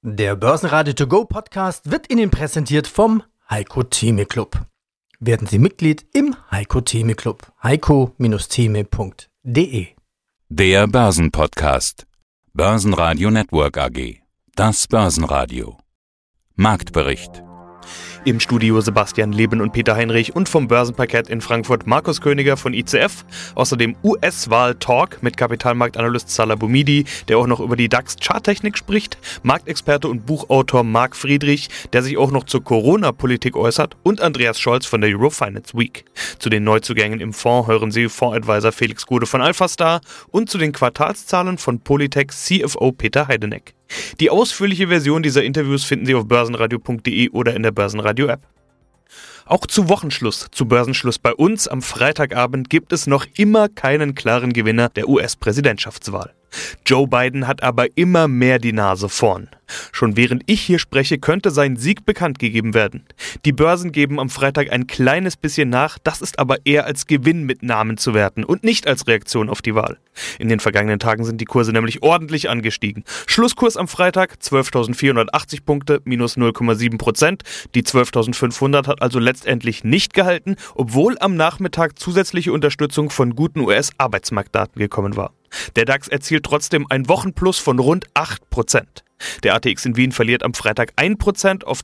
Der Börsenradio To Go Podcast wird Ihnen präsentiert vom Heiko Theme Club. Werden Sie Mitglied im Heiko Theme Club. heiko-theme.de. Der Börsenpodcast. Börsenradio Network AG. Das Börsenradio. Marktbericht. Im Studio Sebastian Leben und Peter Heinrich und vom Börsenparkett in Frankfurt Markus Königer von ICF. Außerdem US-Wahl-Talk mit Kapitalmarktanalyst Salah Boumidi, der auch noch über die DAX-Charttechnik spricht, Marktexperte und Buchautor Marc Friedrich, der sich auch noch zur Corona-Politik äußert, und Andreas Scholz von der Eurofinance Week. Zu den Neuzugängen im Fonds hören Sie Fondsadvisor Felix Gude von Alphastar und zu den Quartalszahlen von Polytech CFO Peter Heideneck. Die ausführliche Version dieser Interviews finden Sie auf börsenradio.de oder in der Börsenradio-App. Auch zu Börsenschluss bei uns am Freitagabend gibt es noch immer keinen klaren Gewinner der US-Präsidentschaftswahl. Joe Biden hat aber immer mehr die Nase vorn. Schon während ich hier spreche, könnte sein Sieg bekannt gegeben werden. Die Börsen geben am Freitag ein kleines bisschen nach, das ist aber eher als Gewinnmitnahmen zu werten und nicht als Reaktion auf die Wahl. In den vergangenen Tagen sind die Kurse nämlich ordentlich angestiegen. Schlusskurs am Freitag 12.480 Punkte, minus 0,7%. Die 12.500 hat also letztendlich nicht gehalten, obwohl am Nachmittag zusätzliche Unterstützung von guten US-Arbeitsmarktdaten gekommen war. Der DAX erzielt trotzdem ein Wochenplus von rund 8%. Der ATX in Wien verliert am Freitag 1% auf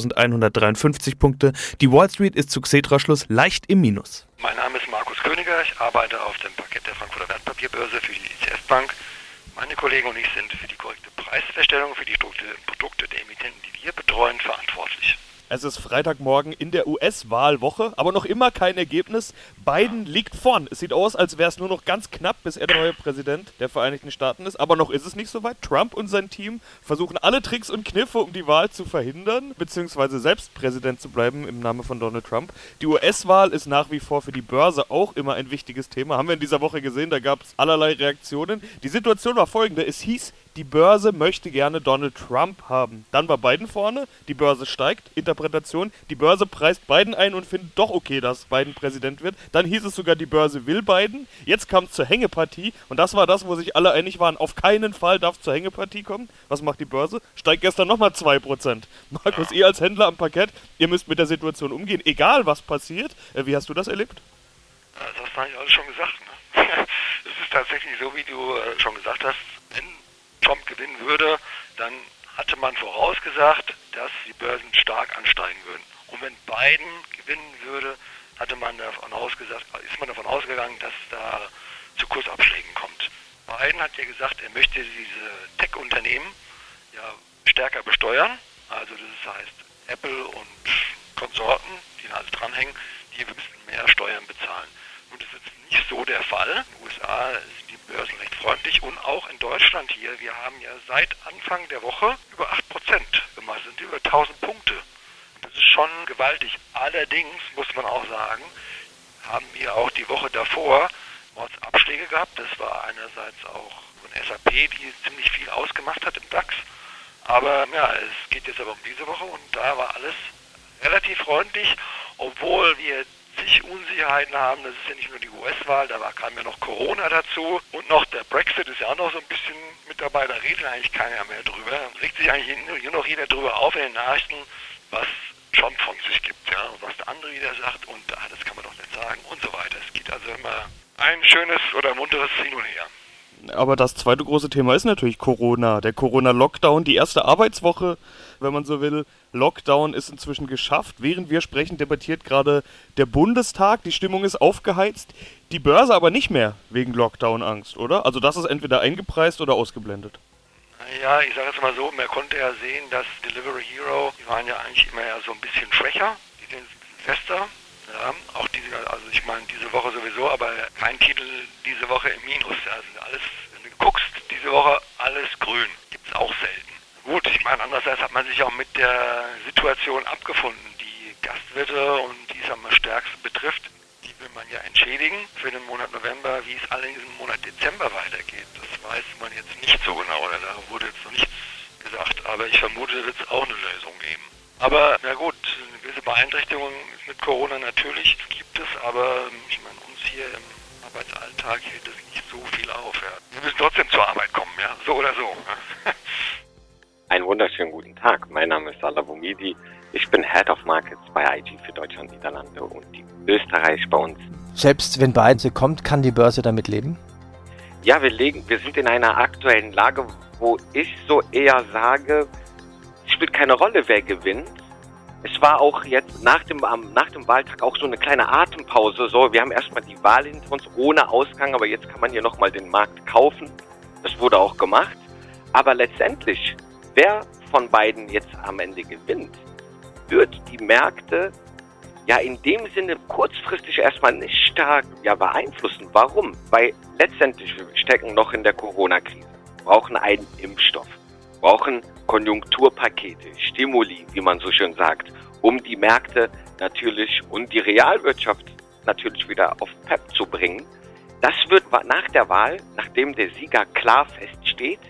2.153 Punkte. Die Wall Street ist zu Xetra-Schluss leicht im Minus. Mein Name ist Markus Königer, ich arbeite auf dem Parkett der Frankfurter Wertpapierbörse für die ICF Bank. Meine Kollegen und ich sind für die korrekte Preisfeststellung für die Produkte der Emittenten, die wir betreuen, verantwortlich. Es ist Freitagmorgen in der US-Wahlwoche, aber noch immer kein Ergebnis. Biden liegt vorn. Es sieht aus, als wäre es nur noch ganz knapp, bis er der neue Präsident der Vereinigten Staaten ist. Aber noch ist es nicht so weit. Trump und sein Team versuchen alle Tricks und Kniffe, um die Wahl zu verhindern, beziehungsweise selbst Präsident zu bleiben im Namen von Donald Trump. Die US-Wahl ist nach wie vor für die Börse auch immer ein wichtiges Thema. Haben wir in dieser Woche gesehen, da gab es allerlei Reaktionen. Die Situation war folgende. Es hieß, die Börse möchte gerne Donald Trump haben. Dann war Biden vorne, die Börse steigt, Interpretation, die Börse preist Biden ein und findet doch okay, dass Biden Präsident wird. Dann hieß es sogar, die Börse will Biden. Jetzt kam es zur Hängepartie und das war das, wo sich alle einig waren. Auf keinen Fall darf es zur Hängepartie kommen. Was macht die Börse? Steigt gestern nochmal 2%. Markus, ihr als Händler am Parkett, ihr müsst mit der Situation umgehen, egal was passiert. Wie hast du das erlebt? Das hast du eigentlich alles schon gesagt. Ne? Es ist tatsächlich so, wie du schon gesagt hast, wenn Trump gewinnen würde, dann hatte man vorausgesagt, dass die Börsen stark ansteigen würden. Und wenn Biden gewinnen würde, ist man davon ausgegangen, dass es da zu Kursabschlägen kommt. Biden hat ja gesagt, er möchte diese Tech-Unternehmen ja stärker besteuern. Also das heißt, Apple und Konsorten, die da alles dranhängen, die müssen mehr Steuern bezahlen. Und das ist jetzt nicht so der Fall. In den USA sind die Börsen recht freundlich und auch in Deutschland hier. Wir haben ja seit Anfang der Woche über 8% gemacht, sind über 1000 Punkte. Das ist schon gewaltig. Allerdings muss man auch sagen, haben wir auch die Woche davor Mordsabschläge gehabt. Das war einerseits auch von SAP, die ziemlich viel ausgemacht hat im DAX. Aber ja, es geht jetzt aber um diese Woche und da war alles relativ freundlich, obwohl wir zig Unsicherheiten haben. Das ist ja nicht nur die US-Wahl, da kam ja noch Corona dazu und noch der Brexit ist ja auch noch so ein bisschen mit dabei, da redet eigentlich keiner mehr drüber. Da regt sich eigentlich nur noch jeder drüber auf in den Nachrichten, was Trump von sich gibt, ja, und was der andere wieder sagt und das kann man doch nicht sagen und so weiter. Es geht also immer ein schönes oder munteres Hin und Her. Aber das zweite große Thema ist natürlich Corona. Der Corona-Lockdown, die erste Arbeitswoche, wenn man so will. Lockdown ist inzwischen geschafft. Während wir sprechen, debattiert gerade der Bundestag. Die Stimmung ist aufgeheizt. Die Börse aber nicht mehr wegen Lockdown-Angst, oder? Also das ist entweder eingepreist oder ausgeblendet. Ja, ich sage jetzt mal so, man konnte ja sehen, dass Delivery Hero, die waren ja eigentlich immer ja so ein bisschen schwächer. Die sind ein bisschen fester. Ja, auch ich meine diese Woche sowieso, aber kein Titel diese Woche im Minus. Also alles, wenn du guckst, diese Woche alles grün. Gibt's auch selten. Gut, ich meine, andererseits hat man sich auch mit der Situation abgefunden. Die Gastwirte und die es am stärksten betrifft, die will man ja entschädigen für den Monat November. Wie es allerdings im Monat Dezember weitergeht, das weiß man jetzt nicht so genau. Oder da wurde jetzt noch nichts gesagt. Aber ich vermute, da wird es auch eine Lösung geben. Aber na gut, eine gewisse Beeinträchtigung mit Corona natürlich gibt es, aber ich meine, uns hier im Arbeitsalltag hält das nicht so viel auf. Ja. Wir müssen trotzdem zur Arbeit kommen, ja, so oder so. Einen wunderschönen guten Tag. Mein Name ist Salah Boumidi. Ich bin Head of Markets bei IG für Deutschland, Niederlande und Österreich bei uns. Selbst wenn Biden kommt, kann die Börse damit leben? Ja, wir sind in einer aktuellen Lage, wo ich so eher sage, es spielt keine Rolle, wer gewinnt. Es war auch jetzt nach dem Wahltag auch so eine kleine Atempause. So, wir haben erstmal die Wahl hinter uns ohne Ausgang, aber jetzt kann man hier nochmal den Markt kaufen. Das wurde auch gemacht. Aber letztendlich, wer von beiden jetzt am Ende gewinnt, wird die Märkte ja in dem Sinne kurzfristig erstmal nicht stark beeinflussen. Warum? Weil letztendlich wir stecken noch in der Corona-Krise, brauchen einen Impfstoff, brauchen Konjunkturpakete, Stimuli, wie man so schön sagt, um die Märkte natürlich und die Realwirtschaft natürlich wieder auf Pep zu bringen. Das wird nach der Wahl, nachdem der Sieger klar feststeht,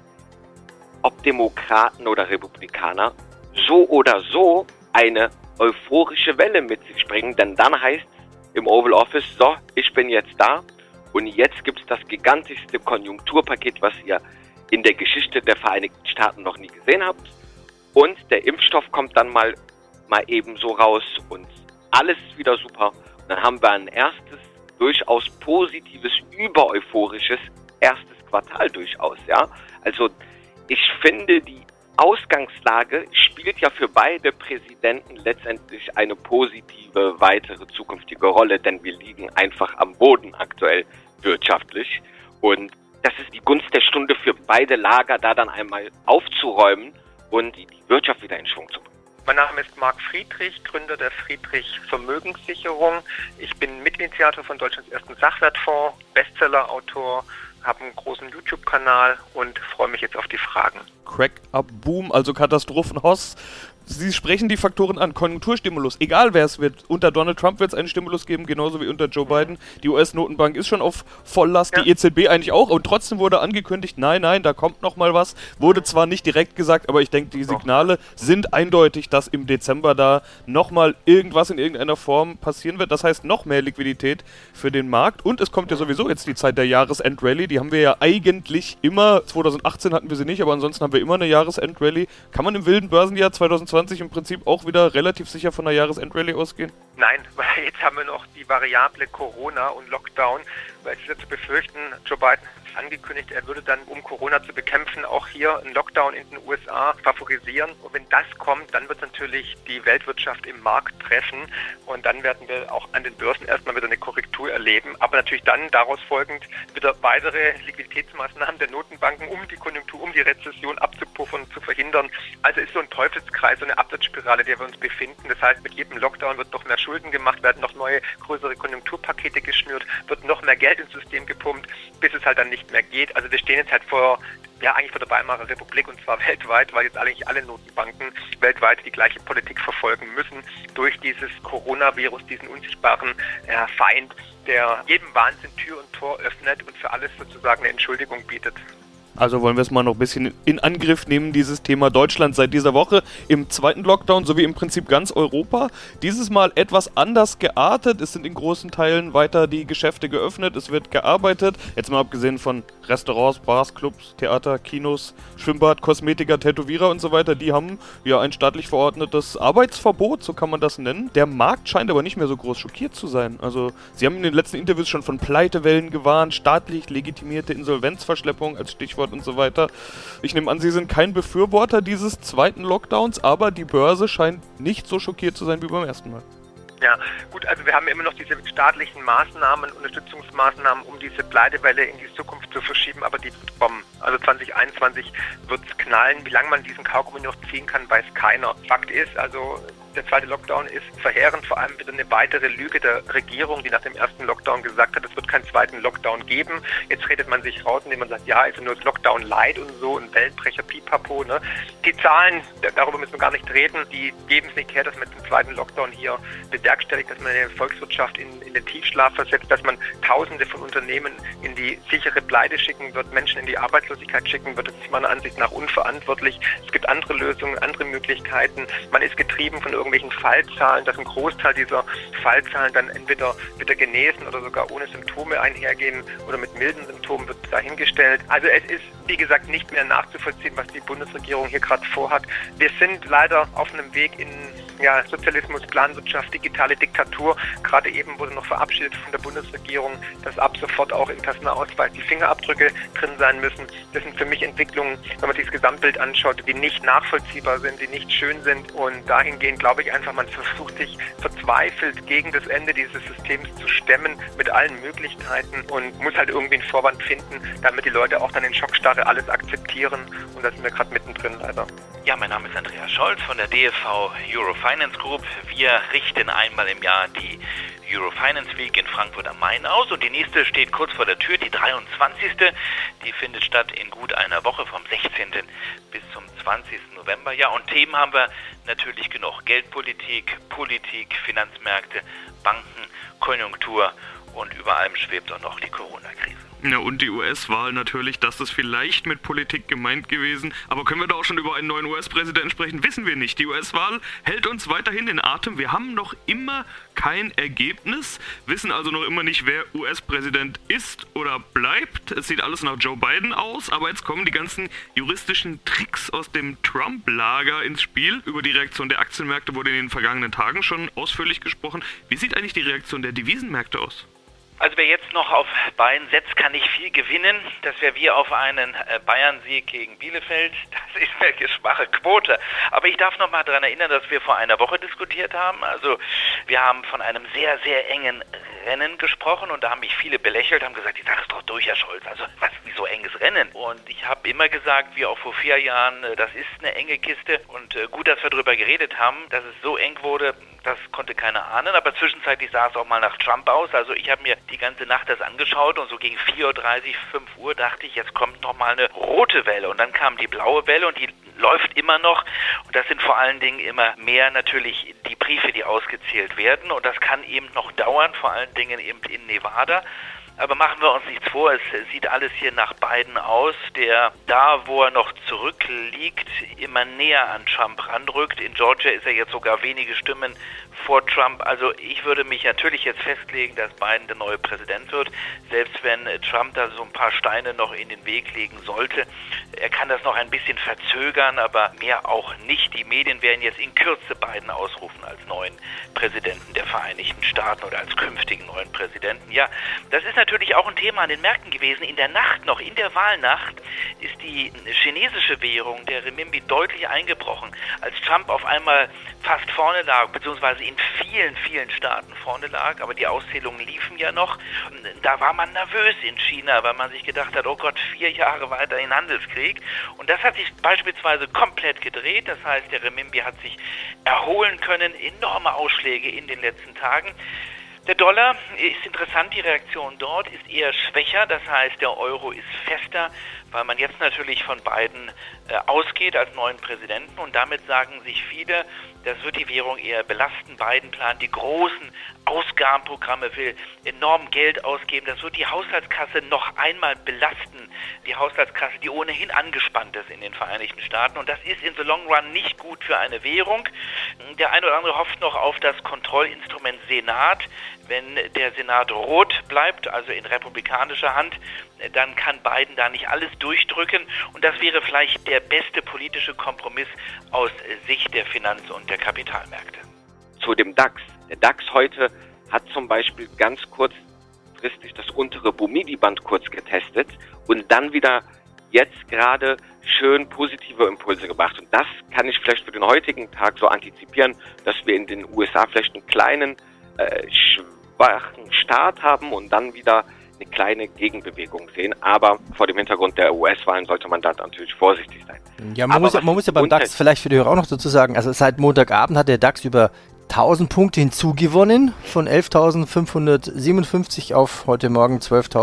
ob Demokraten oder Republikaner, so oder so eine euphorische Welle mit sich bringen, denn dann heißt es im Oval Office, so, ich bin jetzt da und jetzt gibt es das gigantischste Konjunkturpaket, was ihr in der Geschichte der Vereinigten Staaten noch nie gesehen habt, und der Impfstoff kommt dann mal eben so raus und alles ist wieder super und dann haben wir ein erstes, durchaus positives, übereuphorisches erstes Quartal durchaus, ja. Also ich finde, die Ausgangslage spielt ja für beide Präsidenten letztendlich eine positive weitere zukünftige Rolle, denn wir liegen einfach am Boden aktuell wirtschaftlich und das ist die Gunst der Stunde für beide Lager, da dann einmal aufzuräumen und die Wirtschaft wieder in Schwung zu bringen. Mein Name ist Marc Friedrich, Gründer der Friedrich Vermögenssicherung. Ich bin Mitinitiator von Deutschlands ersten Sachwertfonds, Bestsellerautor, habe einen großen YouTube-Kanal und freue mich jetzt auf die Fragen. Crack-up-Boom, also Katastrophenhoss. Sie sprechen die Faktoren an. Konjunkturstimulus, egal wer es wird. Unter Donald Trump wird es einen Stimulus geben, genauso wie unter Joe Biden. Die US-Notenbank ist schon auf Volllast, ja. Die EZB eigentlich auch. Und trotzdem wurde angekündigt, nein, da kommt noch mal was. Wurde zwar nicht direkt gesagt, aber ich denke, die Signale sind eindeutig, dass im Dezember da noch mal irgendwas in irgendeiner Form passieren wird. Das heißt, noch mehr Liquidität für den Markt. Und es kommt ja sowieso jetzt die Zeit der Jahresend-Rallye. Die haben wir ja eigentlich immer. 2018 hatten wir sie nicht, aber ansonsten haben wir immer eine Jahresend-Rallye. Kann man im wilden Börsenjahr 2020 im Prinzip auch wieder relativ sicher von der Jahresend-Rallye ausgehen? Nein, weil jetzt haben wir noch die Variable Corona und Lockdown, weil es ist ja zu befürchten, Joe Biden hat angekündigt, er würde dann, um Corona zu bekämpfen, auch hier einen Lockdown in den USA favorisieren. Und wenn das kommt, dann wird natürlich die Weltwirtschaft im Markt treffen und dann werden wir auch an den Börsen erstmal wieder eine Korrektur erleben, aber natürlich dann daraus folgend wieder weitere Liquiditätsmaßnahmen der Notenbanken, um die Konjunktur, um die Rezession abzupuffern, zu verhindern. Also ist so ein Teufelskreis, so eine Abwärtsspirale, in der wir uns befinden. Das heißt, mit jedem Lockdown wird noch mehr Schulden gemacht, werden noch neue, größere Konjunkturpakete geschnürt, wird noch mehr Geld ins System gepumpt, bis es halt dann nicht mehr geht. Also wir stehen jetzt halt eigentlich vor der Weimarer Republik und zwar weltweit, weil jetzt eigentlich alle Notenbanken weltweit die gleiche Politik verfolgen müssen durch dieses Coronavirus, diesen unsichtbaren Feind, der jedem Wahnsinn Tür und Tor öffnet und für alles sozusagen eine Entschuldigung bietet. Also wollen wir es mal noch ein bisschen in Angriff nehmen, dieses Thema Deutschland seit dieser Woche im zweiten Lockdown, sowie im Prinzip ganz Europa. Dieses Mal etwas anders geartet. Es sind in großen Teilen weiter die Geschäfte geöffnet, es wird gearbeitet. Jetzt mal abgesehen von Restaurants, Bars, Clubs, Theater, Kinos, Schwimmbad, Kosmetiker, Tätowierer und so weiter. Die haben ja ein staatlich verordnetes Arbeitsverbot, so kann man das nennen. Der Markt scheint aber nicht mehr so groß schockiert zu sein. Also sie haben in den letzten Interviews schon von Pleitewellen gewarnt, staatlich legitimierte Insolvenzverschleppung als Stichwort und so weiter. Ich nehme an, Sie sind kein Befürworter dieses zweiten Lockdowns, aber die Börse scheint nicht so schockiert zu sein wie beim ersten Mal. Ja, gut, also wir haben immer noch diese staatlichen Maßnahmen, Unterstützungsmaßnahmen, um diese Pleitewelle in die Zukunft zu verschieben, aber die wird kommen. Also 2021 wird es knallen. Wie lange man diesen Kaugummi noch ziehen kann, weiß keiner. Fakt ist, also der zweite Lockdown ist verheerend, vor allem wieder eine weitere Lüge der Regierung, die nach dem ersten Lockdown gesagt hat, es wird keinen zweiten Lockdown geben. Jetzt redet man sich raus, indem man sagt, ja, ist nur das Lockdown light und so, ein Wellenbrecher, pipapo, ne? Die Zahlen, darüber müssen wir gar nicht reden, die geben es nicht her, dass man den zweiten Lockdown hier bewerkstelligt, dass man eine Volkswirtschaft in den Tiefschlaf versetzt, dass man Tausende von Unternehmen in die sichere Pleite schicken wird, Menschen in die Arbeitslosigkeit schicken wird. Das ist meiner Ansicht nach unverantwortlich. Es gibt andere Lösungen, andere Möglichkeiten. Man ist getrieben von irgendwelchen Fallzahlen, dass ein Großteil dieser Fallzahlen dann entweder wieder genesen oder sogar ohne Symptome einhergehen oder mit milden Symptomen wird dahingestellt. Also es ist, wie gesagt, nicht mehr nachzuvollziehen, was die Bundesregierung hier gerade vorhat. Wir sind leider auf einem Weg in Sozialismus, Planwirtschaft, digitale Diktatur. Gerade eben wurde noch verabschiedet von der Bundesregierung, dass ab sofort auch im Personalausweis die Fingerabdrücke drin sein müssen. Das sind für mich Entwicklungen, wenn man sich das Gesamtbild anschaut, die nicht nachvollziehbar sind, die nicht schön sind. Und dahingehend glaube ich einfach, man versucht sich verzweifelt gegen das Ende dieses Systems zu stemmen mit allen Möglichkeiten und muss halt irgendwie einen Vorwand finden, damit die Leute auch dann in Schockstarre alles akzeptieren. Und da sind wir gerade mittendrin leider. Ja, mein Name ist Andreas Scholz von der DFV Eurofinance Group. Wir richten einmal im Jahr die Eurofinance Week in Frankfurt am Main aus und die nächste steht kurz vor der Tür, die 23. Die findet statt in gut einer Woche vom 16. bis zum 20. November. Ja, und Themen haben wir natürlich genug. Geldpolitik, Politik, Finanzmärkte, Banken, Konjunktur und über allem schwebt auch noch die Corona-Krise. Ja, und die US-Wahl natürlich, das ist vielleicht mit Politik gemeint gewesen. Aber können wir da auch schon über einen neuen US-Präsidenten sprechen? Wissen wir nicht. Die US-Wahl hält uns weiterhin in Atem. Wir haben noch immer kein Ergebnis, wissen also noch immer nicht, wer US-Präsident ist oder bleibt. Es sieht alles nach Joe Biden aus, aber jetzt kommen die ganzen juristischen Tricks aus dem Trump-Lager ins Spiel. Über die Reaktion der Aktienmärkte wurde in den vergangenen Tagen schon ausführlich gesprochen. Wie sieht eigentlich die Reaktion der Devisenmärkte aus? Also wer jetzt noch auf Bayern setzt, kann nicht viel gewinnen. Das wäre wie auf einen Bayern-Sieg gegen Bielefeld. Das ist eine schwache Quote. Aber ich darf noch mal daran erinnern, dass wir vor einer Woche diskutiert haben. Also wir haben von einem sehr, sehr engen Rennen gesprochen und da haben mich viele belächelt, haben gesagt, die Sache ist doch durch, Herr Scholz. Also was, wieso enges Rennen? Und ich habe immer gesagt, wie auch vor 4 Jahren, das ist eine enge Kiste. Und gut, dass wir darüber geredet haben, dass es so eng wurde, das konnte keiner ahnen, aber zwischenzeitlich sah es auch mal nach Trump aus. Also ich habe mir die ganze Nacht das angeschaut und so gegen 4:30 Uhr, 5 Uhr dachte ich, jetzt kommt noch mal eine rote Welle. Und dann kam die blaue Welle und die läuft immer noch. Und das sind vor allen Dingen immer mehr natürlich die Briefe, die ausgezählt werden. Und das kann eben noch dauern, vor allen Dingen eben in Nevada. Aber machen wir uns nichts vor, es sieht alles hier nach Biden aus, der da, wo er noch zurückliegt, immer näher an Trump ranrückt. In Georgia ist er jetzt sogar wenige Stimmen vor Trump. Also ich würde mich natürlich jetzt festlegen, dass Biden der neue Präsident wird, selbst wenn Trump da so ein paar Steine noch in den Weg legen sollte. Er kann das noch ein bisschen verzögern, aber mehr auch nicht. Die Medien werden jetzt in Kürze Biden ausrufen als neuen Präsidenten der Vereinigten Staaten oder als künftigen neuen Präsidenten. Ja, das ist natürlich auch ein Thema an den Märkten gewesen. In der Nacht noch, in der Wahlnacht, ist die chinesische Währung, der Renminbi, deutlich eingebrochen. Als Trump auf einmal fast vorne lag, beziehungsweise in vielen, vielen Staaten vorne lag, aber die Auszählungen liefen ja noch. Da war man nervös in China, weil man sich gedacht hat, oh Gott, 4 Jahre weiter in Handelskrieg. Und das hat sich beispielsweise komplett gedreht. Das heißt, der Renminbi hat sich erholen können, enorme Ausschläge in den letzten Tagen. Der Dollar ist interessant, die Reaktion dort ist eher schwächer, das heißt, der Euro ist fester, weil man jetzt natürlich von Biden ausgeht als neuen Präsidenten und damit sagen sich viele, das wird die Währung eher belasten. Biden plant die großen Ausgabenprogramme, will enorm Geld ausgeben, das wird die Haushaltskasse noch einmal belasten. Die Haushaltskasse, die ohnehin angespannt ist in den Vereinigten Staaten und das ist in the long run nicht gut für eine Währung. Der eine oder andere hofft noch auf das Kontrollinstrument Senat. Wenn der Senat rot bleibt, also in republikanischer Hand, dann kann Biden da nicht alles durchdrücken und das wäre vielleicht der beste politische Kompromiss aus Sicht der Finanz- und der Kapitalmärkte. Zu dem DAX. Der DAX heute hat zum Beispiel ganz kurzfristig das untere Bumidi-Band kurz getestet und dann wieder jetzt gerade schön positive Impulse gebracht. Und das kann ich vielleicht für den heutigen Tag so antizipieren, dass wir in den USA vielleicht einen kleinen, schwachen Start haben und dann wieder eine kleine Gegenbewegung sehen. Aber vor dem Hintergrund der US-Wahlen sollte man da natürlich vorsichtig sein. Ja, man muss ja beim DAX vielleicht für die Hörer auch noch dazu sagen, also seit Montagabend hat der DAX über 1000 Punkte hinzugewonnen, von 11.557 auf heute Morgen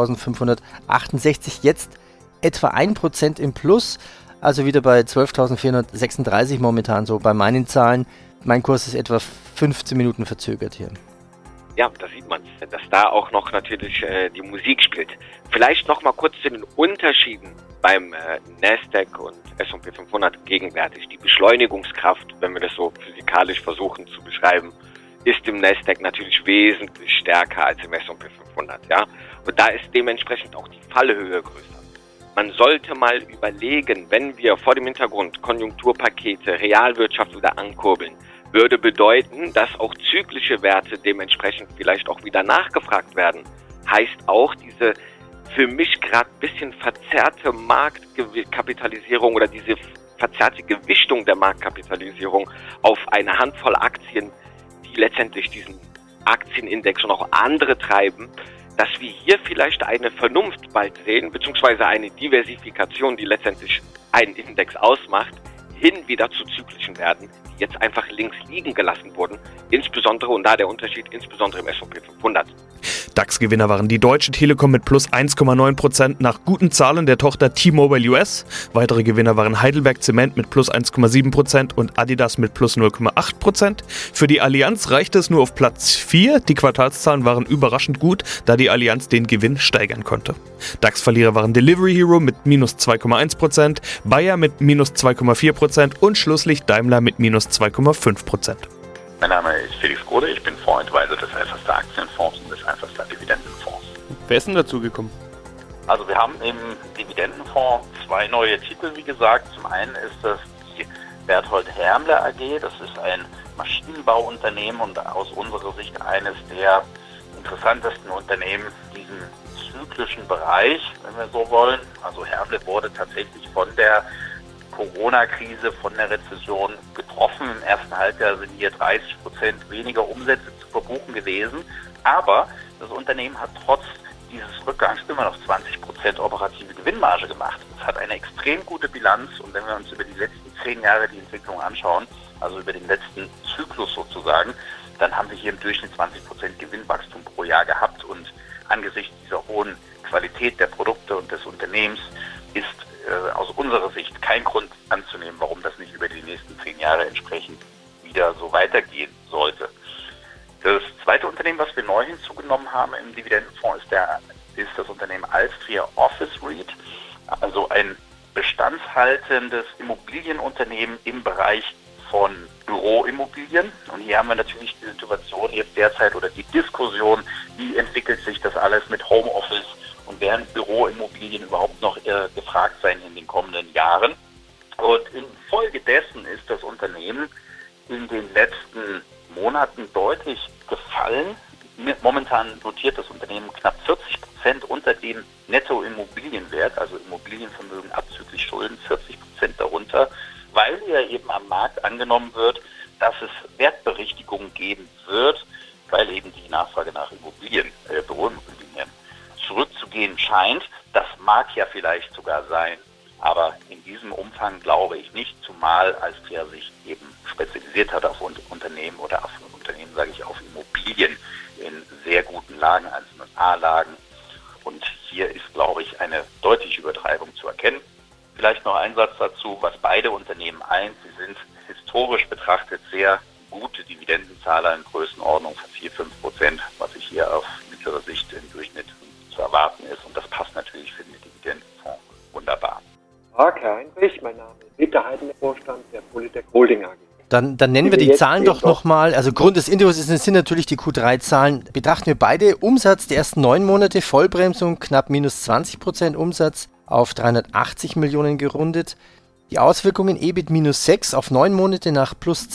12.568, jetzt etwa 1% im Plus, also wieder bei 12.436 momentan so bei meinen Zahlen. Mein Kurs ist etwa 15 Minuten verzögert hier. ja, da sieht man es, dass da auch noch natürlich die Musik spielt. Vielleicht noch mal kurz zu den Unterschieden beim Nasdaq und S&P 500 gegenwärtig. Die Beschleunigungskraft, wenn wir das so physikalisch versuchen zu beschreiben, ist im Nasdaq natürlich wesentlich stärker als im S&P 500. Ja? Und da ist dementsprechend auch die Fallhöhe größer. Man sollte mal überlegen, wenn wir vor dem Hintergrund Konjunkturpakete, Realwirtschaft wieder ankurbeln, würde bedeuten, dass auch zyklische Werte dementsprechend vielleicht auch wieder nachgefragt werden. Heißt auch, diese für mich gerade ein bisschen verzerrte Marktkapitalisierung oder diese verzerrte Gewichtung der Marktkapitalisierung auf eine Handvoll Aktien, die letztendlich diesen Aktienindex und auch andere treiben, dass wir hier vielleicht eine Vernunft bald sehen, beziehungsweise eine Diversifikation, die letztendlich einen Index ausmacht, hin wieder zu zyklischen Werten, die jetzt einfach links liegen gelassen wurden, insbesondere, und da der Unterschied, insbesondere im S&P 500. DAX-Gewinner waren die Deutsche Telekom mit plus 1,9% nach guten Zahlen der Tochter T-Mobile US. Weitere Gewinner waren Heidelberg Zement mit plus 1,7% und Adidas mit plus 0,8%. Für die Allianz reichte es nur auf Platz 4. Die Quartalszahlen waren überraschend gut, da die Allianz den Gewinn steigern konnte. DAX-Verlierer waren Delivery Hero mit minus 2,1%, Bayer mit minus 2,4% und schlusslich Daimler mit minus 2,5%. Mein Name ist Felix Grode, ich bin Fondsadvisor des Alphastar Aktienfonds und des Alphastar Dividendenfonds. Wer ist denn dazugekommen? Also wir haben im Dividendenfonds 2 neue Titel, wie gesagt. Zum einen ist das die Berthold Hermle AG, das ist ein Maschinenbauunternehmen und aus unserer Sicht eines der interessantesten Unternehmen in diesem zyklischen Bereich, wenn wir so wollen. Also Hermle wurde tatsächlich von der Corona-Krise, von der Rezession getroffen. Im ersten Halbjahr sind hier 30% weniger Umsätze zu verbuchen gewesen. Aber das Unternehmen hat trotz dieses Rückgangs immer noch 20% operative Gewinnmarge gemacht. Es hat eine extrem gute Bilanz und wenn wir uns über die letzten 10 Jahre die Entwicklung anschauen, also über den letzten Zyklus sozusagen, dann haben wir hier im Durchschnitt 20% Gewinnwachstum pro Jahr gehabt und angesichts dieser hohen Qualität der Produkte und des Unternehmens ist aus unserer Sicht kein Grund anzunehmen, warum das nicht über die nächsten 10 Jahre entsprechend wieder so weitergehen sollte. Das zweite Unternehmen, was wir neu hinzugenommen haben im Dividendenfonds, ist das Unternehmen Alstria Office REIT, also ein bestandshaltendes Immobilienunternehmen im Bereich von Büroimmobilien. Und hier haben wir natürlich die Situation jetzt derzeit oder die Diskussion, wie entwickelt sich das alles mit Homeoffice und werden Büroimmobilien überhaupt noch gefragt sein in den kommenden Jahren. Und infolgedessen ist das Unternehmen in den letzten Monaten deutlich gefallen. Momentan notiert das Unternehmen knapp 40% unter dem Nettoimmobilienwert, also Immobilienvermögen abzüglich Schulden 40% darunter, weil ja eben am Markt angenommen wird, dass es Wertberichtigungen geben wird, weil eben die Nachfrage nach Büroimmobilien zurückzugehen scheint. Das mag ja vielleicht sogar sein, aber in diesem Umfang glaube ich nicht, zumal Alstria sich eben spezialisiert hat auf Unternehmen oder auf Unternehmen, sage ich, auf Immobilien in sehr guten Lagen, also A-Lagen. Und hier ist, glaube ich, eine deutliche Übertreibung zu erkennen. Vielleicht noch ein Satz dazu, was beide Unternehmen eint. Sie sind historisch betrachtet sehr gute Dividendenzahler in Größenordnung von 4-5%, was ich hier auf mittlere Sicht im Durchschnitt zu erwarten ist. Und das passt natürlich für den Dividendenfonds wunderbar. Tag, Herr Heinrich, mein Name ist Peter Heidenberg, Vorstand der Polytech Holding AG. Dann nennen wir die Zahlen doch nochmal. Also Grund des Interviews sind natürlich die Q3-Zahlen. Betrachten wir beide Umsatz der ersten 9 Monate, Vollbremsung, knapp minus 20% Umsatz auf 380 Millionen gerundet. Die Auswirkungen EBIT minus 6 auf 9 Monate nach plus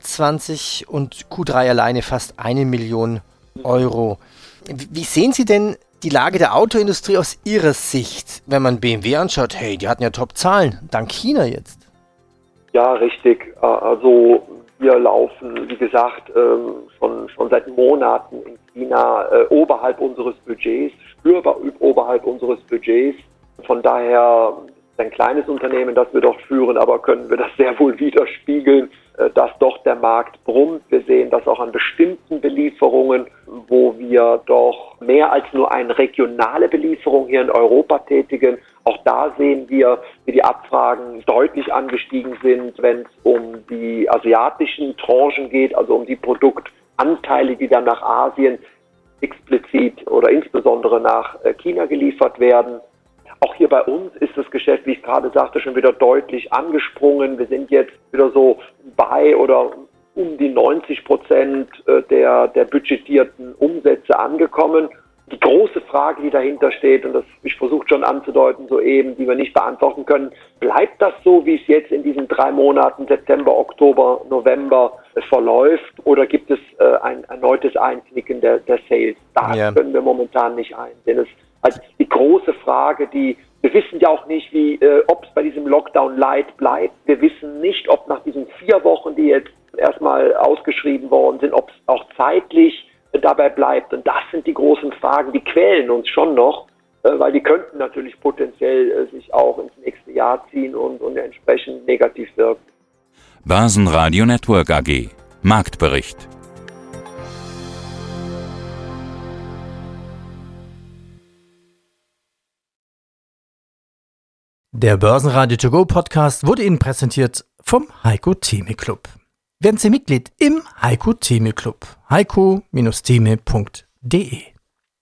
22 und Q3 alleine fast 1 Million Euro. Wie sehen Sie denn die Lage der Autoindustrie aus Ihrer Sicht, wenn man BMW anschaut? Hey, die hatten ja Top-Zahlen, dank China jetzt. Ja, richtig. Also wir laufen, wie gesagt, schon seit Monaten in China oberhalb unseres Budgets, spürbar oberhalb unseres Budgets. Von daher ist ein kleines Unternehmen, das wir dort führen, aber können wir das sehr wohl widerspiegeln, dass doch der Markt brummt. Wir sehen das auch an bestimmten Belieferungen, wo wir doch mehr als nur eine regionale Belieferung hier in Europa tätigen. Auch da sehen wir, wie die Abfragen deutlich angestiegen sind, wenn es um die asiatischen Tranchen geht, also um die Produktanteile, die dann nach Asien explizit oder insbesondere nach China geliefert werden. Auch hier bei uns ist das Geschäft, wie ich gerade sagte, schon wieder deutlich angesprungen. Wir sind jetzt wieder so bei oder um die 90% der budgetierten Umsätze angekommen. Die große Frage, die dahinter steht, und das ich versucht schon anzudeuten soeben, die wir nicht beantworten können, bleibt das so, wie es jetzt in diesen 3 Monaten September, Oktober, November verläuft, oder gibt es ein erneutes Einknicken der Sales? Da können wir momentan nicht einsehen. Das ist also die große Frage, wir wissen ja auch nicht, ob es bei diesem Lockdown Light bleibt. Wir wissen nicht, ob nach diesen 4 Wochen, die jetzt erstmal ausgeschrieben worden sind, ob es auch zeitlich dabei bleibt. Und das sind die großen Fragen, die quälen uns schon noch, weil die könnten natürlich potenziell sich auch ins nächste Jahr ziehen und entsprechend negativ wirken. Börsenradio Network AG Marktbericht. Der Börsenradio To Go Podcast wurde Ihnen präsentiert vom Heiko Theme Club. Werden Sie Mitglied im Heiko Theme Club. heiko-theme.de